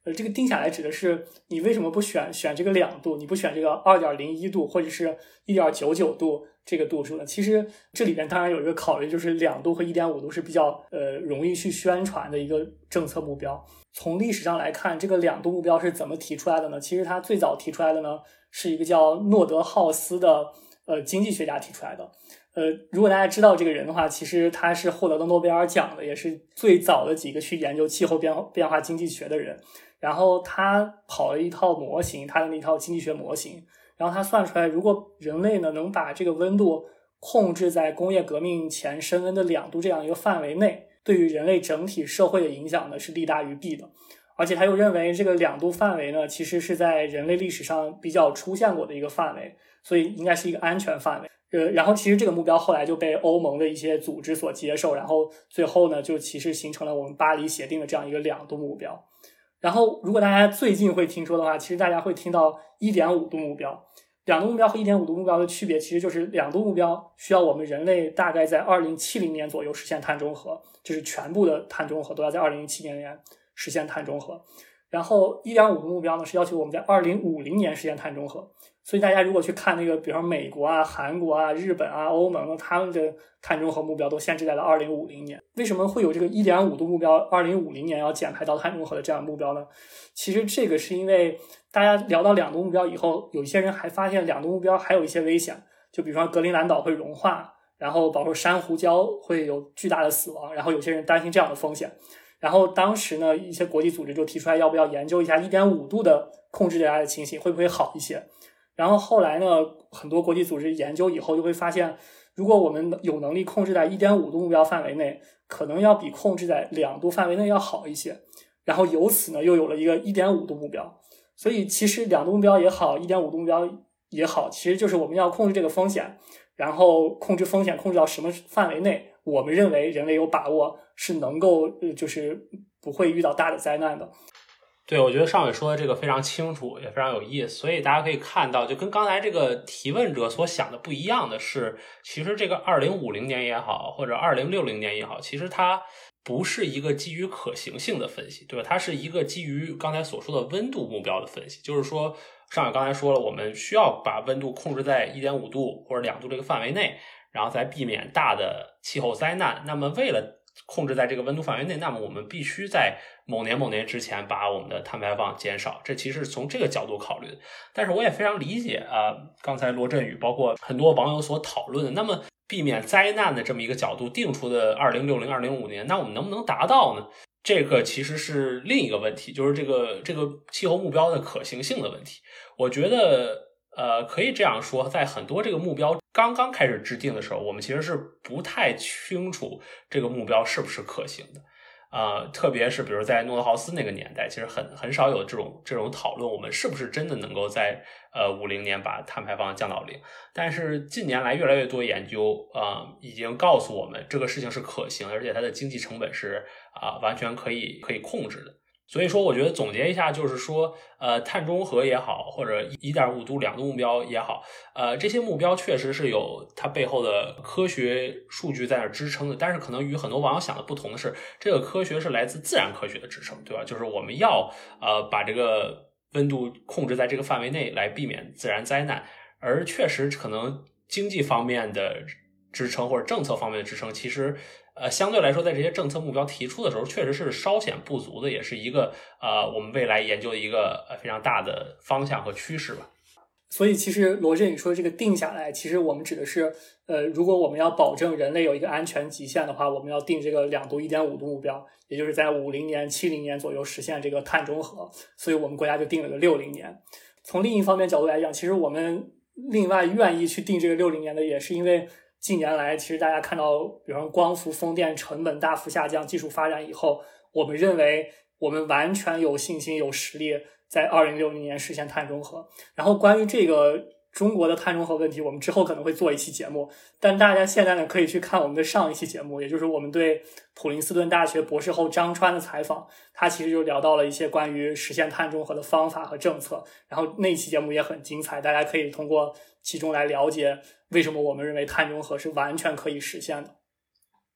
呃，这个定下来指的是你为什么不选选这个两度，你不选这个 二点零一 度或者是 一点九九 度这个度数呢？其实这里边当然有一个考虑，就是两度和 一点五 度是比较呃容易去宣传的一个政策目标。从历史上来看，这个两度目标是怎么提出来的呢？其实它最早提出来的呢是一个叫诺德浩斯的呃经济学家提出来的。呃，如果大家知道这个人的话，其实他是获得了诺贝尔奖的，也是最早的几个去研究气候变变化经济学的人。然后他跑了一套模型，他的那套经济学模型，然后他算出来，如果人类呢能把这个温度控制在工业革命前升温的两度这样一个范围内，对于人类整体社会的影响呢是利大于弊的。而且他又认为这个两度范围呢其实是在人类历史上比较出现过的一个范围，所以应该是一个安全范围。呃，然后其实这个目标后来就被欧盟的一些组织所接受，然后最后呢就其实形成了我们巴黎协定的这样一个两度目标。然后如果大家最近会听说的话，其实大家会听到 一点五 度目标。两度目标和 一点五 度目标的区别其实就是两度目标需要我们人类大概在二零七零年左右实现碳中和，就是全部的碳中和都要在二零一七年实现碳中和。然后 一点五 度目标呢是要求我们在二零五零年实现碳中和。所以大家如果去看那个比如说美国啊、韩国啊、日本啊、欧盟他们的碳中和目标都限制在了二零五零年。为什么会有这个 一点五 度目标二零五零年要减排到碳中和的这样的目标呢？其实这个是因为大家聊到两度目标以后，有一些人还发现两度目标还有一些危险，就比如说格陵兰岛会融化，然后包括珊瑚礁会有巨大的死亡，然后有些人担心这样的风险。然后当时呢一些国际组织就提出来要不要研究一下 一点五 度的控制热压的情形会不会好一些。然后后来呢很多国际组织研究以后就会发现，如果我们有能力控制在 一点五 度目标范围内，可能要比控制在两度范围内要好一些。然后由此呢又有了一个 一点五 度目标。所以其实两度目标也好 一点五 度目标也好，其实就是我们要控制这个风险，然后控制风险控制到什么范围内，我们认为人类有把握是能够就是不会遇到大的灾难的。 对，我觉得尚伟说的这个非常清楚，也非常有意思。所以大家可以看到，就跟刚才这个提问者所想的不一样的是，其实这个二零五零年也好，或者二零六零年也好，其实它不是一个基于可行性的分析，对吧？它是一个基于刚才所说的温度目标的分析。就是说，尚伟刚才说了，我们需要把温度控制在 一点五 度或者两度这个范围内，然后再避免大的气候灾难。那么为了控制在这个温度范围内，那么我们必须在某年某年之前把我们的碳排放减少，这其实是从这个角度考虑的。但是我也非常理解啊、呃，刚才罗振宇包括很多网友所讨论的，那么避免灾难的这么一个角度定出的二零六零、二零五零年，那我们能不能达到呢？这个其实是另一个问题，就是这个这个气候目标的可行性的问题。我觉得呃，可以这样说，在很多这个目标刚刚开始制定的时候，我们其实是不太清楚这个目标是不是可行的。呃，特别是比如在诺德豪斯那个年代，其实很很少有这种这种讨论，我们是不是真的能够在呃五零年把碳排放降到零。但是近年来越来越多研究啊、呃，已经告诉我们这个事情是可行的，而且它的经济成本是啊、呃、完全可以可以控制的。所以说我觉得总结一下就是说呃碳中和也好，或者 一点五 度两度目标也好，呃这些目标确实是有它背后的科学数据在那支撑的，但是可能与很多网友想的不同的是，这个科学是来自自然科学的支撑，对吧？就是我们要呃把这个温度控制在这个范围内来避免自然灾难，而确实可能经济方面的支撑或者政策方面的支撑其实呃，相对来说，在这些政策目标提出的时候，确实是稍显不足的，也是一个呃，我们未来研究的一个非常大的方向和趋势吧。 所以，其实罗振宇说这个定下来，其实我们指的是，呃，如果我们要保证人类有一个安全极限的话，我们要定这个两度、一点五度目标，也就是在五零年、七零年左右实现这个碳中和。所以我们国家就定了个六零年。从另一方面角度来讲，其实我们另外愿意去定这个六零年的，也是因为近年来，其实大家看到，比方说光伏、风电成本大幅下降，技术发展以后，我们认为我们完全有信心、有实力在二零六零年实现碳中和。然后关于这个中国的碳中和问题，我们之后可能会做一期节目，但大家现在呢可以去看我们的上一期节目，也就是我们对普林斯顿大学博士后张川的采访，他其实就聊到了一些关于实现碳中和的方法和政策，然后那期节目也很精彩，大家可以通过其中来了解为什么我们认为碳中和是完全可以实现的。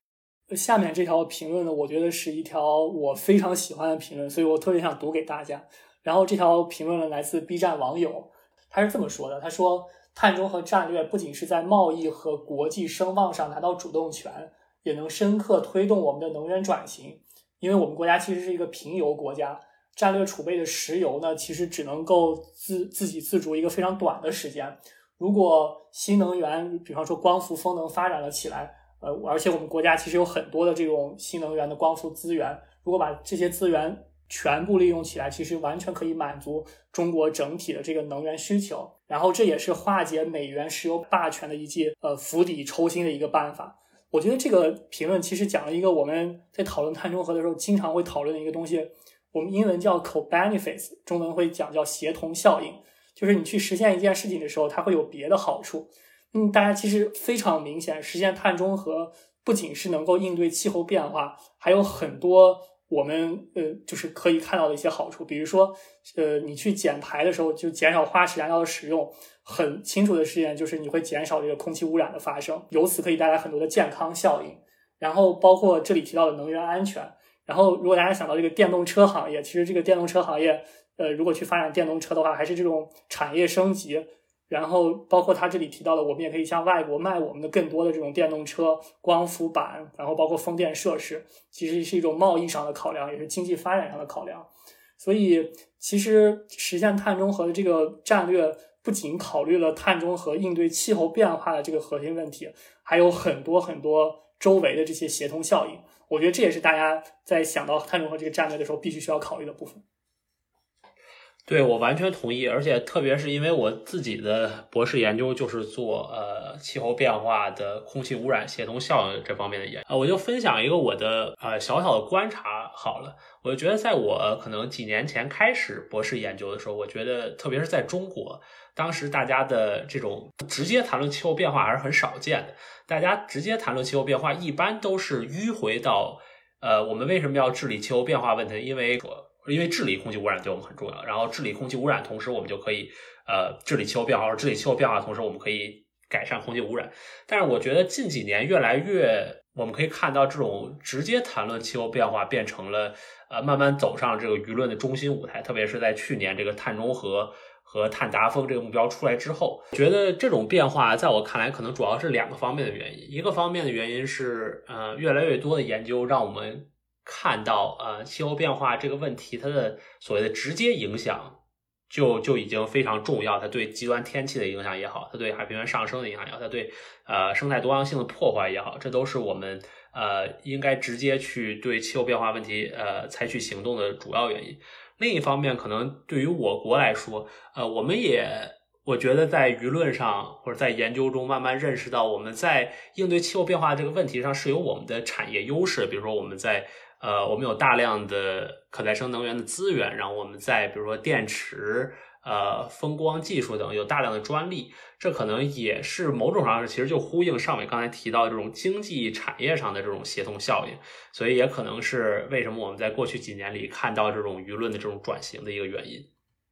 下面这条评论呢，我觉得是一条我非常喜欢的评论，所以我特别想读给大家。然后这条评论呢来自 B 站网友，他是这么说的，他说碳中和战略不仅是在贸易和国际声望上拿到主动权，也能深刻推动我们的能源转型。因为我们国家其实是一个贫油国家，战略储备的石油呢，其实只能够自自给自足一个非常短的时间。如果新能源，比方说光伏、风能发展了起来，呃，而且我们国家其实有很多的这种新能源的光伏资源，如果把这些资源全部利用起来，其实完全可以满足中国整体的这个能源需求。然后这也是化解美元石油霸权的一剂呃釜底抽薪的一个办法。我觉得这个评论其实讲了一个我们在讨论碳中和的时候经常会讨论的一个东西，我们英文叫 co-benefits， 中文会讲叫协同效应，就是你去实现一件事情的时候，它会有别的好处。嗯，大家其实非常明显，实现碳中和不仅是能够应对气候变化，还有很多我们呃就是可以看到的一些好处。比如说呃你去减排的时候就减少化石燃料的使用，很清楚的实验就是你会减少这个空气污染的发生，由此可以带来很多的健康效应。然后包括这里提到的能源安全，然后如果大家想到这个电动车行业，其实这个电动车行业呃如果去发展电动车的话，还是这种产业升级。然后包括他这里提到的，我们也可以向外国卖我们的更多的这种电动车、光伏板，然后包括风电设施，其实是一种贸易上的考量，也是经济发展上的考量。所以其实实现碳中和的这个战略不仅考虑了碳中和应对气候变化的这个核心问题，还有很多很多周围的这些协同效应。我觉得这也是大家在想到碳中和这个战略的时候必须需要考虑的部分。 对，我完全同意，而且特别是因为我自己的博士研究就是做呃气候变化的空气污染协同效应这方面的研究，呃，我就分享一个我的呃小小的观察好了。我觉得在我可能几年前开始博士研究的时候，我觉得特别是在中国，当时大家的这种直接谈论气候变化还是很少见的，大家直接谈论气候变化一般都是迂回到呃我们为什么要治理气候变化问题，因为因为治理空气污染对我们很重要，然后治理空气污染同时我们就可以呃治理气候变化，或者治理气候变化同时我们可以改善空气污染。但是我觉得近几年越来越我们可以看到这种直接谈论气候变化变成了呃慢慢走上这个舆论的中心舞台，特别是在去年这个碳中和和碳达峰这个目标出来之后，我觉得这种变化在我看来可能主要是两个方面的原因。一个方面的原因是呃越来越多的研究让我们看到呃气候变化这个问题它的所谓的直接影响就就已经非常重要，它对极端天气的影响也好，它对海平面上升的影响也好，它对呃生态多样性的破坏也好，这都是我们呃应该直接去对气候变化问题呃采取行动的主要原因。另一方面，可能对于我国来说，呃我们也我觉得在舆论上或者在研究中慢慢认识到，我们在应对气候变化这个问题上是有我们的产业优势，比如说我们在呃，我们有大量的可再生能源的资源，然后我们在比如说电池、呃风光技术等有大量的专利，这可能也是某种上其实就呼应上面刚才提到的这种经济产业上的这种协同效应，所以也可能是为什么我们在过去几年里看到这种舆论的这种转型的一个原因。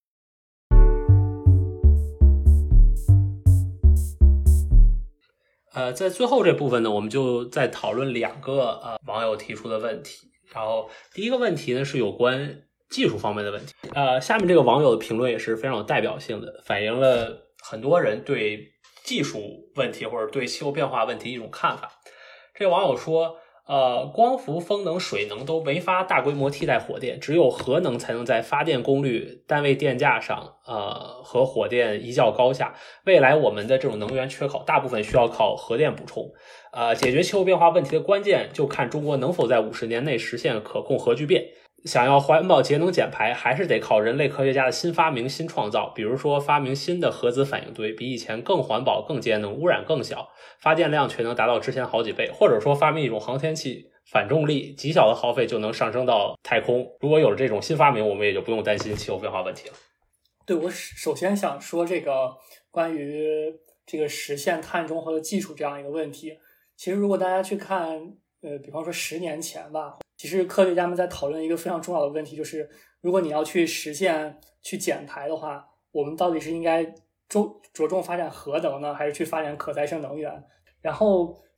呃，在最后这部分呢，我们就再讨论两个呃网友提出的问题。然后第一个问题呢是有关技术方面的问题。呃，下面这个网友的评论也是非常有代表性的，反映了很多人对技术问题或者对气候变化问题一种看法。这个网友说，呃，光伏、风能、水能都没法大规模替代火电，只有核能才能在发电功率、单位电价上，呃，和火电一较高下。未来我们的这种能源缺口，大部分需要靠核电补充。呃，解决气候变化问题的关键就看中国能否在五十年内实现可控核聚变。想要环保节能减排，还是得靠人类科学家的新发明、新创造，比如说发明新的核子反应堆，比以前更环保、更节能，污染更小，发电量却能达到之前好几倍，或者说发明一种航天器，反重力，极小的耗费就能上升到太空。如果有了这种新发明，我们也就不用担心气候变化问题了。 对，我首先想说这个关于这个实现碳中和的技术这样一个问题。其实如果大家去看呃，比方说十年前吧，其实科学家们在讨论一个非常重要的问题，就是如果你要去实现去减排的话，我们到底是应该着着重发展核能呢，还是去发展可再生能源？然后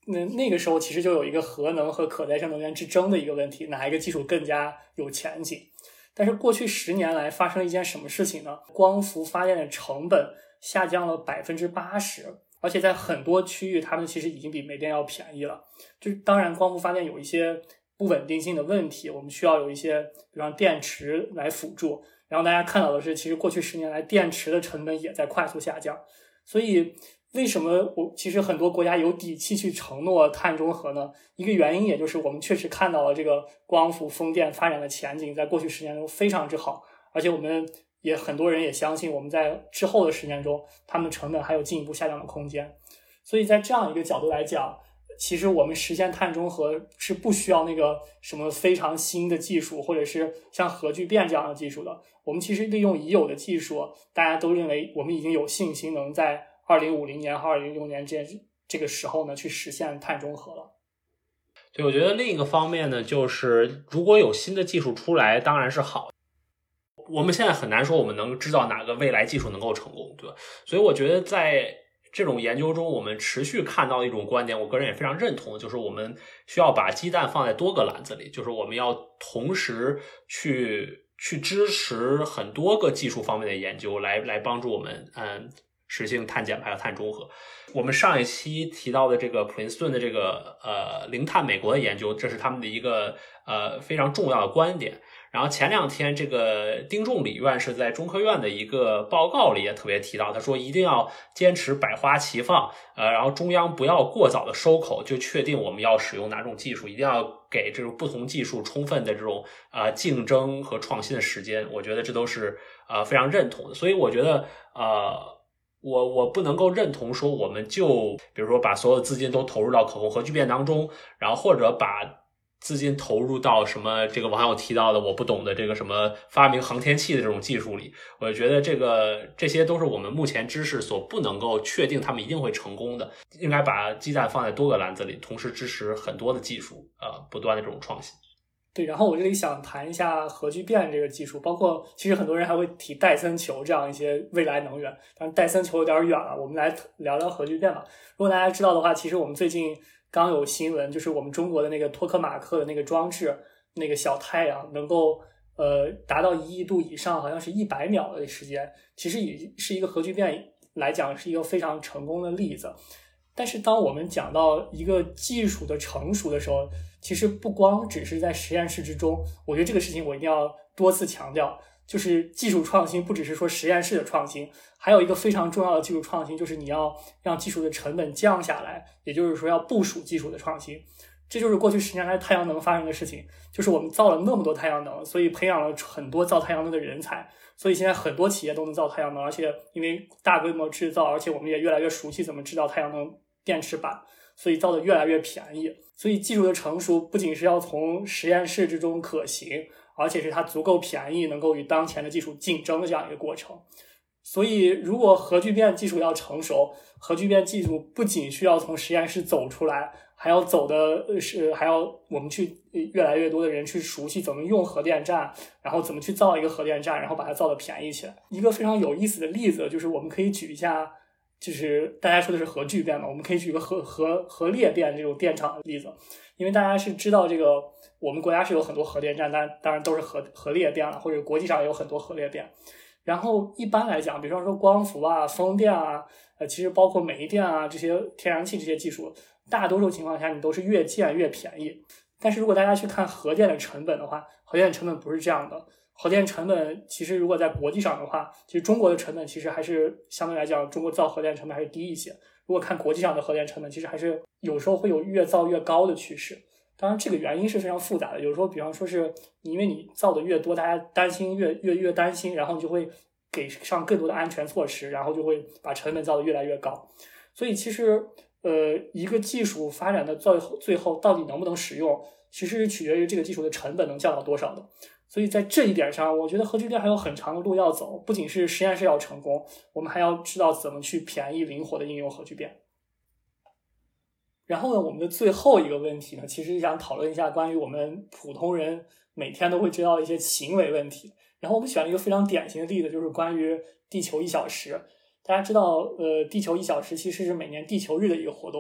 那那个时候其实就有一个核能和可再生能源之争的一个问题，哪一个技术更加有前景。但是过去十年来发生了一件什么事情呢？光伏发电的成本下降了百分之八十，而且在很多区域，它们其实已经比煤电要便宜了。就是当然，光伏发电有一些不稳定性的问题，我们需要有一些，比方电池来辅助。然后大家看到的是，其实过去十年来，电池的成本也在快速下降。所以，为什么我其实很多国家有底气去承诺碳中和呢？一个原因也就是我们确实看到了这个光伏、风电发展的前景，在过去十年中非常之好，而且我们也很多人也相信，我们在之后的十年中，他们的成本还有进一步下降的空间。所以在这样一个角度来讲，其实我们实现碳中和是不需要那个什么非常新的技术，或者是像核聚变这样的技术的。我们其实利用已有的技术，大家都认为我们已经有信心能在二零五零年和二零六零年这这个时候呢去实现碳中和了。 对，我觉得另一个方面呢，就是如果有新的技术出来，当然是好。我们现在很难说我们能知道哪个未来技术能够成功，对吧？所以我觉得在这种研究中，我们持续看到一种观点，我个人也非常认同，就是我们需要把鸡蛋放在多个篮子里，就是我们要同时去去支持很多个技术方面的研究，来来帮助我们嗯实行碳减排和碳中和。我们上一期提到的这个普林斯顿的这个呃零碳美国的研究，这是他们的一个呃非常重要的观点。然后前两天这个丁仲礼院士在中科院的一个报告里也特别提到，他说一定要坚持百花齐放，呃，然后中央不要过早的收口，就确定我们要使用哪种技术，一定要给这种不同技术充分的这种呃竞争和创新的时间。我觉得这都是呃非常认同的。所以我觉得呃我我不能够认同说我们就比如说把所有资金都投入到可控核聚变当中，然后或者把资金投入到什么这个网友提到的我不懂的这个什么发明航天器的这种技术里，我觉得这个这些都是我们目前知识所不能够确定他们一定会成功的，应该把鸡蛋放在多个篮子里，同时支持很多的技术呃不断的这种创新。 对，然后我这里想谈一下核聚变这个技术，包括其实很多人还会提戴森球这样一些未来能源，但是戴森球有点远了，我们来聊聊核聚变吧。如果大家知道的话，其实我们最近刚有新闻，就是我们中国的那个托克马克的那个装置，那个小太阳能够呃达到一亿度以上，好像是一百秒的时间，其实也是一个核聚变来讲是一个非常成功的例子。但是当我们讲到一个技术的成熟的时候，其实不光只是在实验室之中，我觉得这个事情我一定要多次强调，就是技术创新不只是说实验室的创新，还有一个非常重要的技术创新，就是你要让技术的成本降下来，也就是说要部署技术的创新。这就是过去十年来太阳能发生的事情，就是我们造了那么多太阳能，所以培养了很多造太阳能的人才，所以现在很多企业都能造太阳能，而且因为大规模制造，而且我们也越来越熟悉怎么制造太阳能电池板，所以造的越来越便宜。所以技术的成熟不仅是要从实验室之中可行，而且是它足够便宜，能够与当前的技术竞争的这样一个过程。所以如果核聚变技术要成熟，核聚变技术不仅需要从实验室走出来，还要走的是还要我们去越来越多的人去熟悉怎么用核电站，然后怎么去造一个核电站，然后把它造得便宜起来。一个非常有意思的例子就是我们可以举一下，就是大家说的是核聚变嘛，我们可以举个核核核裂变这种电厂的例子。因为大家是知道这个我们国家是有很多核电站，但当然都是核核裂变了，或者国际上也有很多核裂变。然后一般来讲，比方说光伏啊、风电啊，呃，其实包括煤电啊这些天然气这些技术，大多数情况下你都是越建越便宜。但是如果大家去看核电的成本的话，核电成本不是这样的。核电成本其实如果在国际上的话，其实中国的成本其实还是相对来讲，中国造核电成本还是低一些。如果看国际上的核电成本，其实还是有时候会有越造越高的趋势。当然这个原因是非常复杂的，有时候比方说是因为你造的越多，大家担心越越越担心，然后你就会给上更多的安全措施，然后就会把成本造得越来越高。所以其实呃，一个技术发展的最后最后到底能不能使用，其实是取决于这个技术的成本能降到多少的。所以在这一点上，我觉得核聚变还有很长的路要走，不仅是实验室要成功，我们还要知道怎么去便宜灵活的应用核聚变。然后呢，我们的最后一个问题呢，其实想讨论一下关于我们普通人每天都会知道的一些行为问题。然后我们选了一个非常典型的例子，就是关于地球一小时。大家知道，呃，地球一小时其实是每年地球日的一个活动。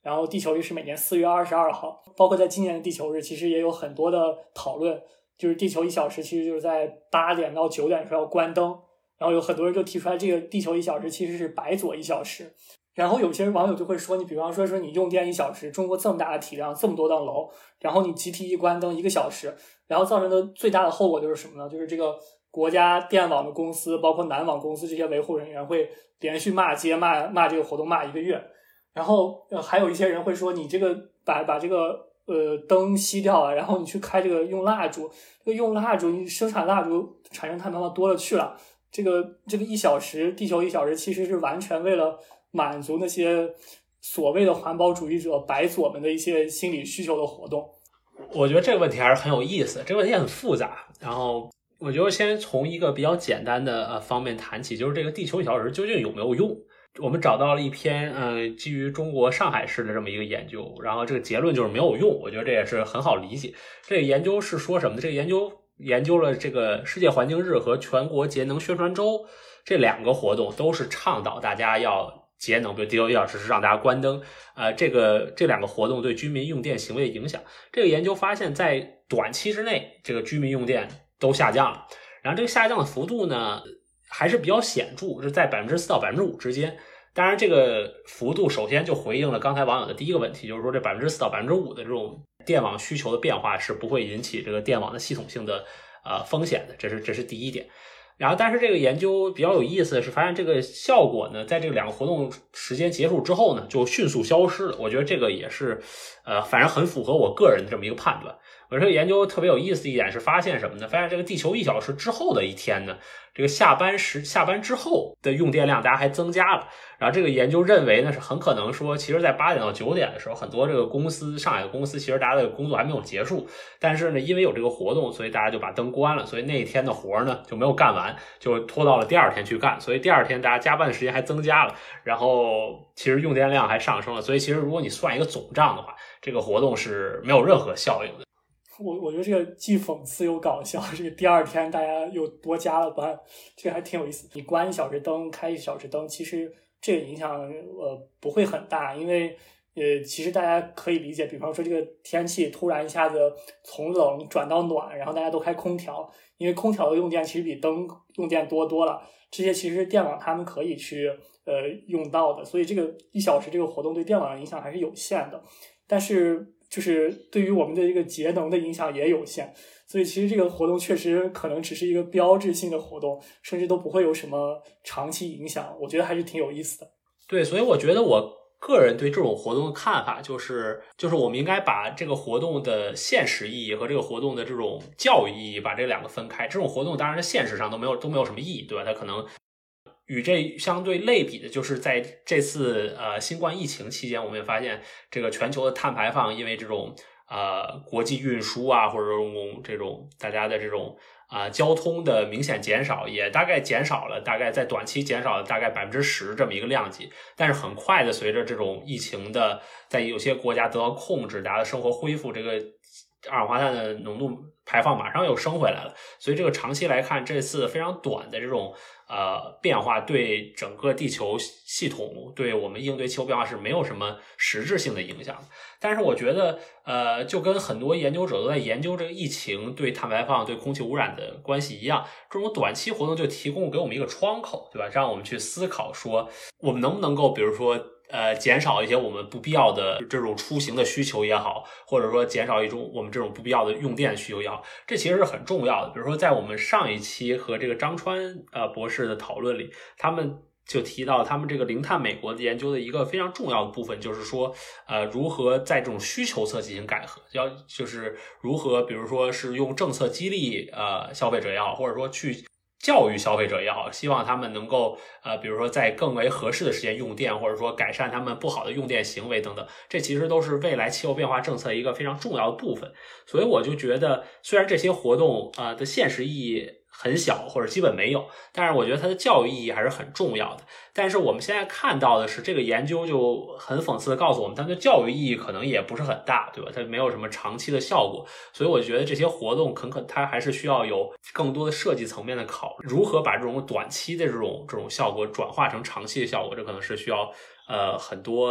然后地球日是每年四月二十二号，包括在今年的地球日，其实也有很多的讨论，就是地球一小时其实就是在八点到九点的时候要关灯，然后有很多人就提出来这个地球一小时其实是白左一小时。然后有些网友就会说，你比方说说你用电一小时，中国这么大的体量，这么多栋楼，然后你集体一关灯一个小时，然后造成的最大的后果就是什么呢？就是这个国家电网的公司，包括南网公司这些维护人员会连续骂街，骂骂这个活动骂一个月。然后、呃、还有一些人会说，你这个把把这个呃灯熄掉了，然后你去开这个用蜡烛，这个用蜡烛，你生产蜡烛产生碳排放多了去了。这个这个一小时，地球一小时其实是完全为了满足那些所谓的环保主义者白左们的一些心理需求的活动。 我觉得这个问题还是很有意思，这个问题也很复杂。然后我觉得先从一个比较简单的呃方面谈起，就是这个地球一小时究竟有没有用？我们找到了一篇呃基于中国上海市的这么一个研究，然后这个结论就是没有用。我觉得这也是很好理解。这个研究是说什么呢？这个研究研究了这个世界环境日和全国节能宣传周这两个活动，都是倡导大家要节能，比如地球一小时是让大家关灯，呃，这个这两个活动对居民用电行为的影响。这个研究发现，在短期之内，这个居民用电都下降了，然后这个下降的幅度呢还是比较显著，是在百分之四到百分之五之间。当然，这个幅度首先就回应了刚才网友的第一个问题，就是说这百分之四到百分之五的这种电网需求的变化是不会引起这个电网的系统性的呃风险的，这是这是第一点。然后，但是这个研究比较有意思的是，发现这个效果呢，在这个两个活动时间结束之后呢，就迅速消失了。我觉得这个也是，呃，反正很符合我个人的这么一个判断。我这个研究特别有意思的一点是发现什么呢？发现这个地球一小时之后的一天呢，这个下班时下班之后的用电量大家还增加了。然后这个研究认为呢，是很可能说，其实在八点到九点的时候，很多这个公司，上海的公司，其实大家的工作还没有结束，但是呢，因为有这个活动，所以大家就把灯关了，所以那一天的活呢就没有干完，就拖到了第二天去干，所以第二天大家加班的时间还增加了，然后其实用电量还上升了，所以其实如果你算一个总账的话，这个活动是没有任何效应的。 我我觉得这个既讽刺又搞笑，这个第二天大家又多加了班，这个还挺有意思。你关一小时灯，开一小时灯，其实这个影响呃不会很大，因为呃其实大家可以理解，比方说这个天气突然一下子从冷转到暖，然后大家都开空调，因为空调的用电其实比灯用电多多了，这些其实电网他们可以去呃用到的，所以这个一小时这个活动对电网的影响还是有限的，但是就是对于我们的这个节能的影响也有限，所以其实这个活动确实可能只是一个标志性的活动，甚至都不会有什么长期影响，我觉得还是挺有意思的。 对，所以我觉得我个人对这种活动的看法就是，就是我们应该把这个活动的现实意义和这个活动的这种教育意义把这两个分开。这种活动当然在现实上都没有都没有什么意义，对吧？它可能与这相对类比的就是在这次呃新冠疫情期间，我们也发现这个全球的碳排放因为这种呃国际运输啊，或者这种大家的这种啊、呃、交通的明显减少，也大概减少了，大概在短期减少了大概百分之十这么一个量级。但是很快的，随着这种疫情的在有些国家得到控制，大家的生活恢复，这个二氧化碳的浓度排放马上又升回来了。所以这个长期来看，这次非常短的这种呃变化对整个地球系统，对我们应对气候变化是没有什么实质性的影响的。但是我觉得呃就跟很多研究者都在研究这个疫情对碳排放对空气污染的关系一样，这种短期活动就提供给我们一个窗口，对吧？让我们去思考说我们能不能够比如说呃，减少一些我们不必要的这种出行的需求也好，或者说减少一种我们这种不必要的用电需求也好，这其实是很重要的。比如说在我们上一期和这个张川呃博士的讨论里，他们就提到他们这个零碳美国的研究的一个非常重要的部分，就是说呃如何在这种需求侧进行改革，要就是如何比如说是用政策激励呃消费者也好，或者说去教育消费者也好，希望他们能够呃，比如说在更为合适的时间用电，或者说改善他们不好的用电行为等等，这其实都是未来气候变化政策一个非常重要的部分。所以我就觉得，虽然这些活动呃的现实意义很小或者基本没有，但是我觉得它的教育意义还是很重要的。但是我们现在看到的是，这个研究就很讽刺的告诉我们，它的教育意义可能也不是很大，对吧？它没有什么长期的效果。所以我觉得这些活动可能它还是需要有更多的设计层面的考虑，如何把这种短期的这种这种效果转化成长期的效果，这可能是需要呃很多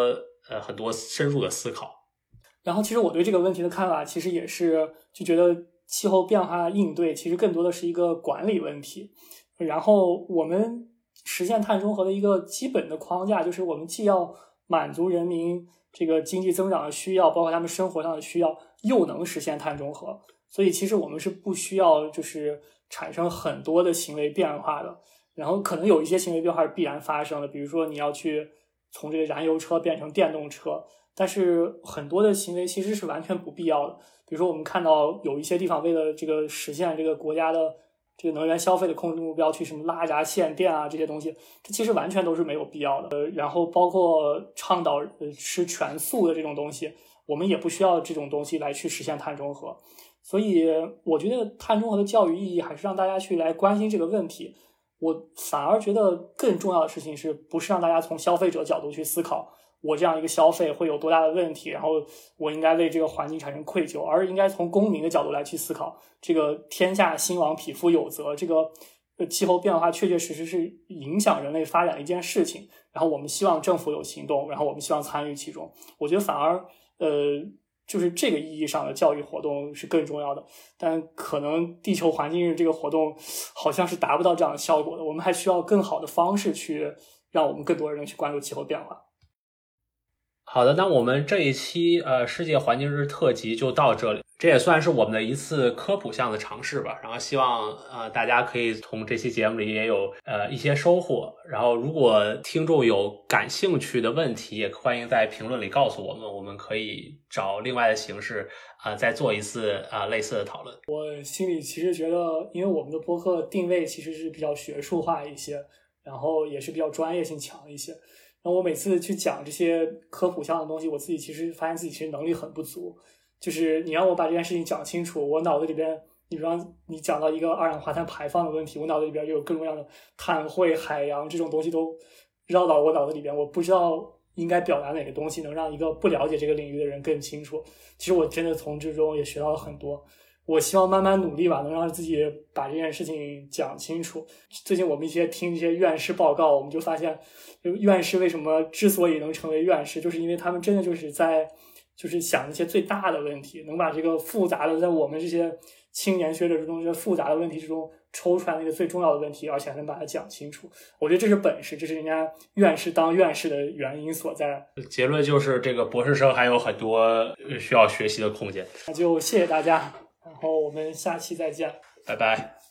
呃很多深入的思考。 然后其实我对这个问题的看法其实也是就觉得气候变化应对其实更多的是一个管理问题，然后我们实现碳中和的一个基本的框架就是我们既要满足人民这个经济增长的需要，包括他们生活上的需要，又能实现碳中和。所以其实我们是不需要就是产生很多的行为变化的，然后可能有一些行为变化是必然发生的，比如说你要去从这个燃油车变成电动车，但是很多的行为其实是完全不必要的。比如说我们看到有一些地方为了这个实现这个国家的这个能源消费的控制目标，去什么拉闸限电啊这些东西，这其实完全都是没有必要的。呃，然后包括倡导呃吃全素的这种东西，我们也不需要这种东西来去实现碳中和。所以我觉得碳中和的教育意义还是让大家去来关心这个问题。我反而觉得更重要的事情是不是让大家从消费者角度去思考我这样一个消费会有多大的问题，然后我应该为这个环境产生愧疚，而应该从公民的角度来去思考这个天下兴亡匹夫有责，这个气候变化确确实实是影响人类发展的一件事情，然后我们希望政府有行动，然后我们希望参与其中。我觉得反而呃就是这个意义上的教育活动是更重要的，但可能地球环境日这个活动好像是达不到这样的效果的，我们还需要更好的方式去让我们更多人去关注气候变化。 好的，那我们这一期呃世界环境日特辑就到这里，这也算是我们的一次科普项的尝试吧。然后希望呃大家可以从这期节目里也有呃一些收获。然后如果听众有感兴趣的问题，也欢迎在评论里告诉我们，我们可以找另外的形式啊、呃、再做一次啊、呃、类似的讨论。 我心里其实觉得，因为我们的播客定位其实是比较学术化一些，然后也是比较专业性强一些。然后我每次去讲这些科普项的东西，我自己其实发现自己其实能力很不足。就是你让我把这件事情讲清楚，我脑子里边，你比方你讲到一个二氧化碳排放的问题，我脑子里边就有各种各样的碳汇、海洋这种东西都绕到我脑子里边，我不知道应该表达哪个东西能让一个不了解这个领域的人更清楚。其实我真的从之中也学到了很多。我希望慢慢努力吧，能让自己把这件事情讲清楚。最近我们一些听一些院士报告，我们就发现院士为什么之所以能成为院士，就是因为他们真的就是在就是想一些最大的问题，能把这个复杂的在我们这些青年学者之中这些复杂的问题之中抽出来那个最重要的问题，而且还能把它讲清楚。我觉得这是本事，这是人家院士当院士的原因所在。 结论就是这个博士生还有很多需要学习的空间。 那就谢谢大家，然后我们下期再见， 拜拜。